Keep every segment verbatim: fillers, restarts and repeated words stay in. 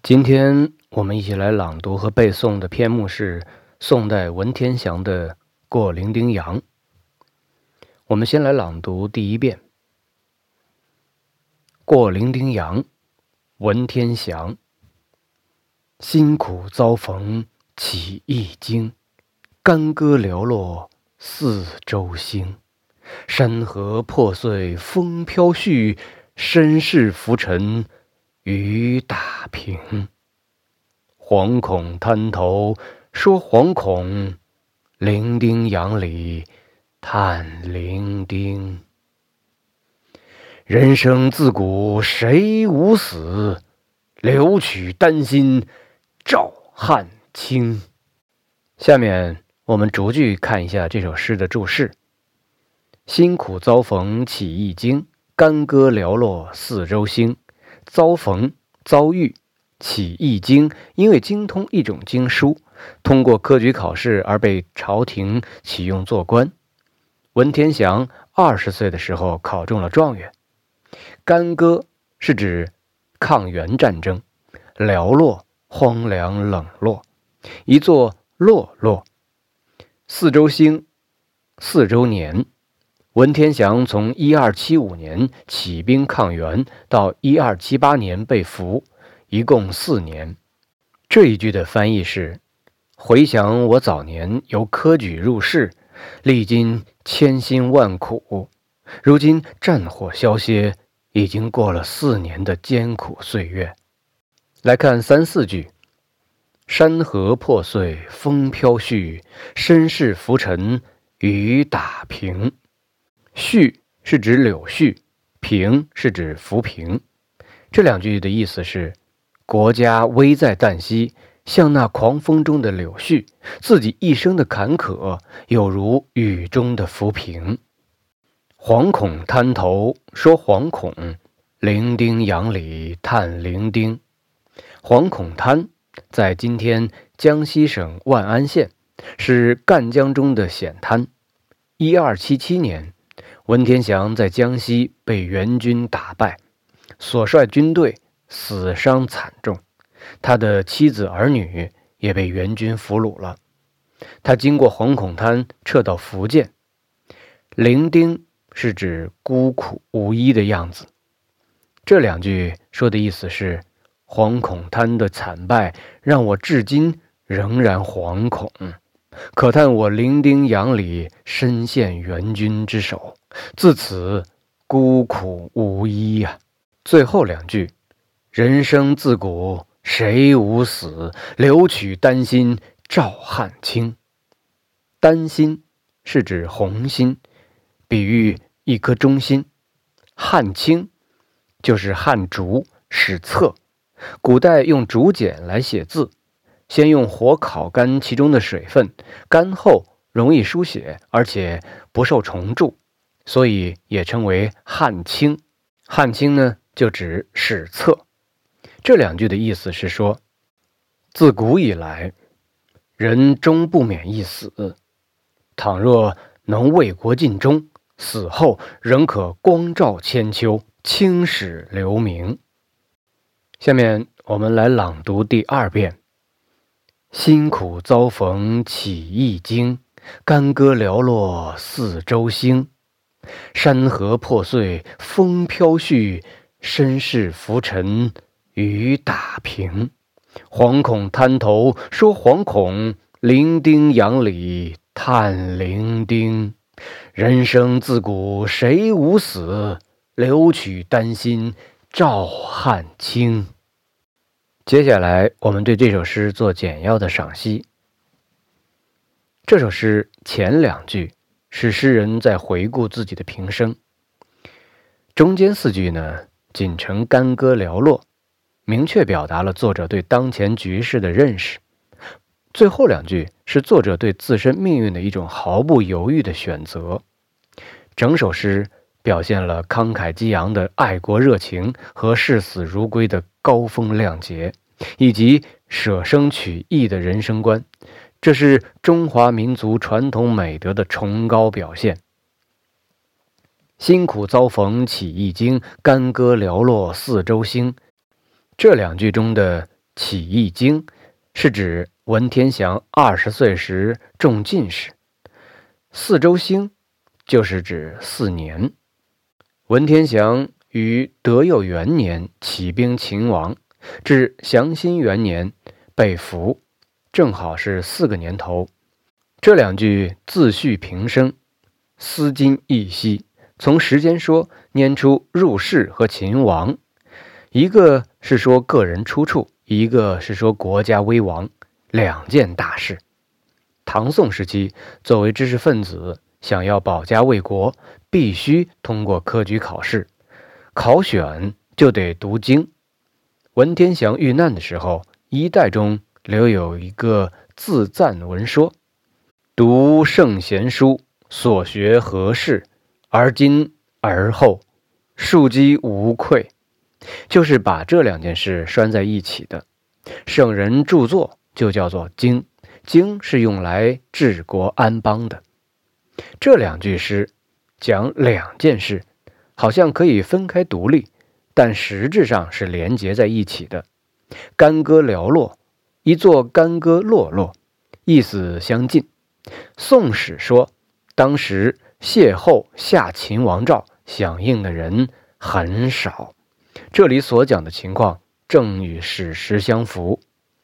今天我们一起来朗读和背诵的篇目是宋代文天祥的《过零丁洋》。我们先来朗读第一遍。《过零丁洋》文天祥。辛苦遭逢起一经，干戈寥落四周星。山河破碎风飘絮，身世浮沉雨打平。惶恐滩头说惶恐，零丁洋里叹零丁。人生自古谁无死，留取丹心照汗青。下面我们逐句看一下这首诗的注释。辛苦遭逢起一经，干戈寥落四周星。遭逢，遭遇。起一经，因为精通一种经书，通过科举考试而被朝廷启用做官。文天祥二十岁的时候考中了状元。干戈是指抗元战争，寥落荒凉冷落，一座落落。四周星，四周年。文天祥从一二七五年起兵抗元到一二七八年被俘，一共四年。这一句的翻译是：回想我早年由科举入仕，历经千辛万苦，如今战火消歇，已经过了四年的艰苦岁月。来看三四句。山河破碎风飘絮，身世浮沉雨打平。絮是指柳絮，平是指浮萍。这两句的意思是，国家危在旦夕，像那狂风中的柳絮，自己一生的坎坷有如雨中的浮萍。惶恐滩头说惶恐，零丁洋里叹零丁。惶恐滩在今天江西省万安县，是赣江中的险滩。一二七七年，文天祥在江西被元军打败，所率军队死伤惨重，他的妻子儿女也被元军俘虏了。他经过惶恐滩撤到福建。零丁是指孤苦无依的样子。这两句说的意思是，惶恐滩的惨败让我至今仍然惶恐，可叹我零丁洋里身陷元军之手，自此孤苦无依呀、啊。最后两句，人生自古谁无死，留取丹心照汗青。丹心是指红心，比喻一颗忠心。汗青就是汗竹、史册。古代用竹简来写字，先用火烤干其中的水分，干后容易书写，而且不受虫蛀，所以也称为汗青。汗青呢，就指史册。这两句的意思是说，自古以来，人终不免一死，倘若能为国尽忠，死后仍可光照千秋，青史留名。下面我们来朗读第二遍。辛苦遭逢起一经，干戈寥落四周星。山河破碎风飘絮，身世浮沉雨打平。惶恐滩头说惶恐，零丁洋里叹零丁。人生自古谁无死，留取丹心照汗青。接下来我们对这首诗做简要的赏析。这首诗前两句是诗人在回顾自己的平生，中间四句呢，仅称干戈寥落，明确表达了作者对当前局势的认识。最后两句是作者对自身命运的一种毫不犹豫的选择。整首诗表现了慷慨激昂的爱国热情和视死如归的高风亮节，以及舍生取义的人生观，这是中华民族传统美德的崇高表现。辛苦遭逢起一经，干戈寥落四周星。这两句中的起义经，是指文天祥二十岁时中进士。四周星就是指四年。文天祥于德佑元年起兵秦王，至祥兴元年被俘，正好是四个年头。这两句自叙平生，思今忆昔，从时间说拈出入仕和秦王，一个是说个人出处，一个是说国家危亡，两件大事。唐宋时期，作为知识分子，想要保家卫国，必须通过科举考试，考选就得读经。文天祥遇难的时候，衣带中留有一个自赞文说：读圣贤书，所学何事，而今而后，庶几无愧。就是把这两件事拴在一起的。圣人著作就叫做经，经是用来治国安邦的。这两句诗讲两件事，好像可以分开独立，但实质上是连结在一起的。干戈寥落，一座干戈落落，意思相近。宋史说，当时邂逅下秦王诏响应的人很少，这里所讲的情况正与史实相符。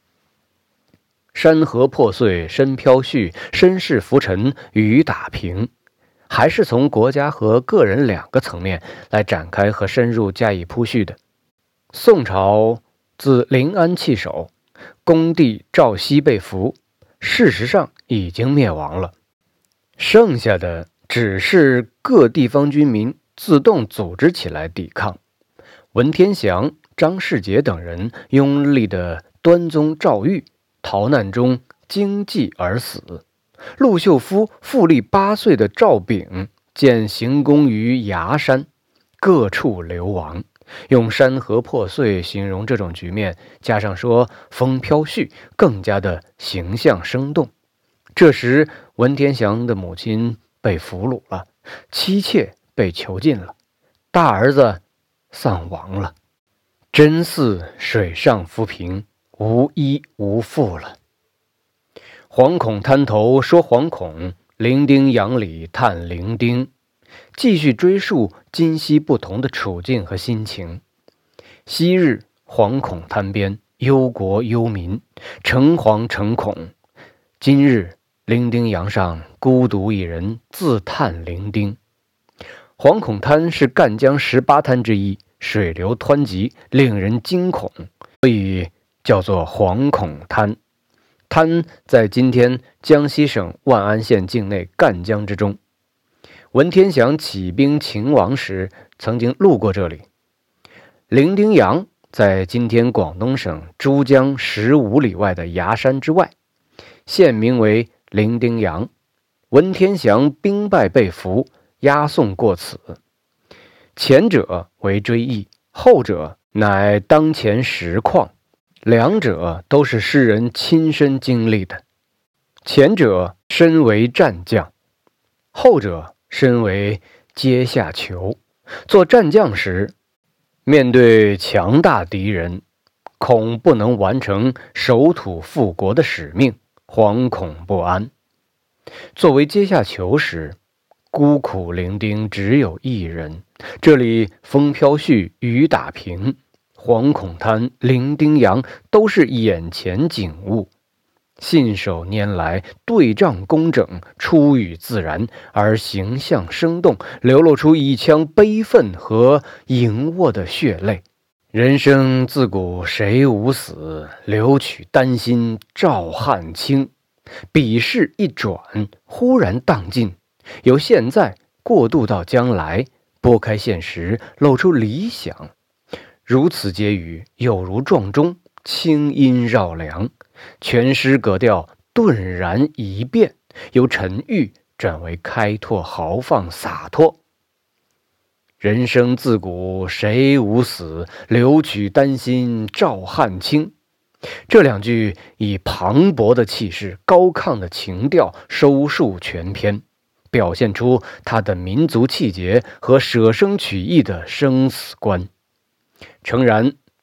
山河破碎身飘絮，身世浮沉雨打平，还是从国家和个人两个层面来展开和深入加以铺叙的。宋朝自临安弃守，恭帝赵熙被俘，事实上已经灭亡了，剩下的只是各地方军民自动组织起来抵抗。文天祥、张世杰等人拥立的端宗赵玉逃难中惊悸而死。陆秀夫复立八岁的赵炳见行宫于崖山，各处流亡。用山河破碎形容这种局面，加上说风飘絮，更加的形象生动。这时文天祥的母亲被俘虏了，妻妾被囚禁了，大儿子丧亡了，真似水上浮萍，无依无父了。惶恐滩头说惶恐，伶仃洋里叹伶仃，继续追溯今昔不同的处境和心情。昔日惶恐滩边，忧国忧民，诚惶诚恐；今日伶仃洋上，孤独一人，自叹伶仃。惶恐滩是赣江十八滩之一，水流湍急，令人惊恐，所以叫做惶恐滩。滩在今天江西省万安县境内赣江之中。文天祥起兵秦王时曾经路过这里。伶仃洋在今天广东省珠江十五里外的崖山之外，县名为伶仃洋。文天祥兵败被俘，押送过此。前者为追忆，后者乃当前实况，两者都是诗人亲身经历的。前者身为战将，后者身为阶下囚。做战将时，面对强大敌人，恐不能完成守土复国的使命，惶恐不安。作为阶下囚时，孤苦伶仃只有一人，这里风飘絮雨打平，惶恐滩伶仃洋都是眼前景物，信手拈来，对仗工整，出语自然，而形象生动，流露出一腔悲愤和盈沃的血泪。人生自古谁无死，留取丹心照汗青。笔势一转，忽然荡尽，由现在过渡到将来，拨开现实，露出理想。如此结语，有如撞钟，清音绕梁，全诗格调顿然一变，由沉郁转为开拓豪放洒脱。人生自古谁无死，留取丹心照汗青。这两句以磅礴的气势、高亢的情调收束全篇，表现出他的民族气节和舍生取义的生死观。诚然，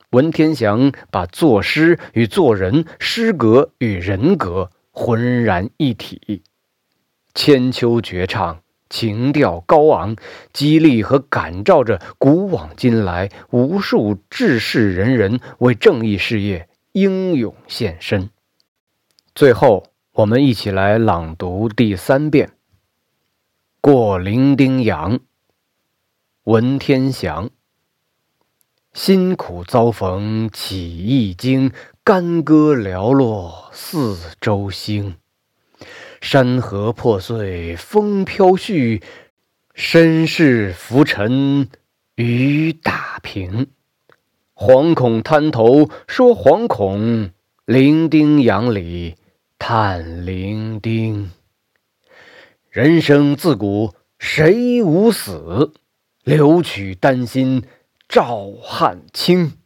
文天祥把作诗与做人、诗格与人格浑然一体，千秋绝唱，情调高昂，激励和感召着古往今来无数志士仁人为正义事业英勇献身。最后，我们一起来朗读第三遍《过零丁洋》。文天祥：辛苦遭逢起义经，干戈寥落四周星。山河破碎风飘絮，身世浮沉雨打平。惶恐滩头说惶恐，零丁洋里叹零丁。人生自古谁无死，留取丹心照汗青。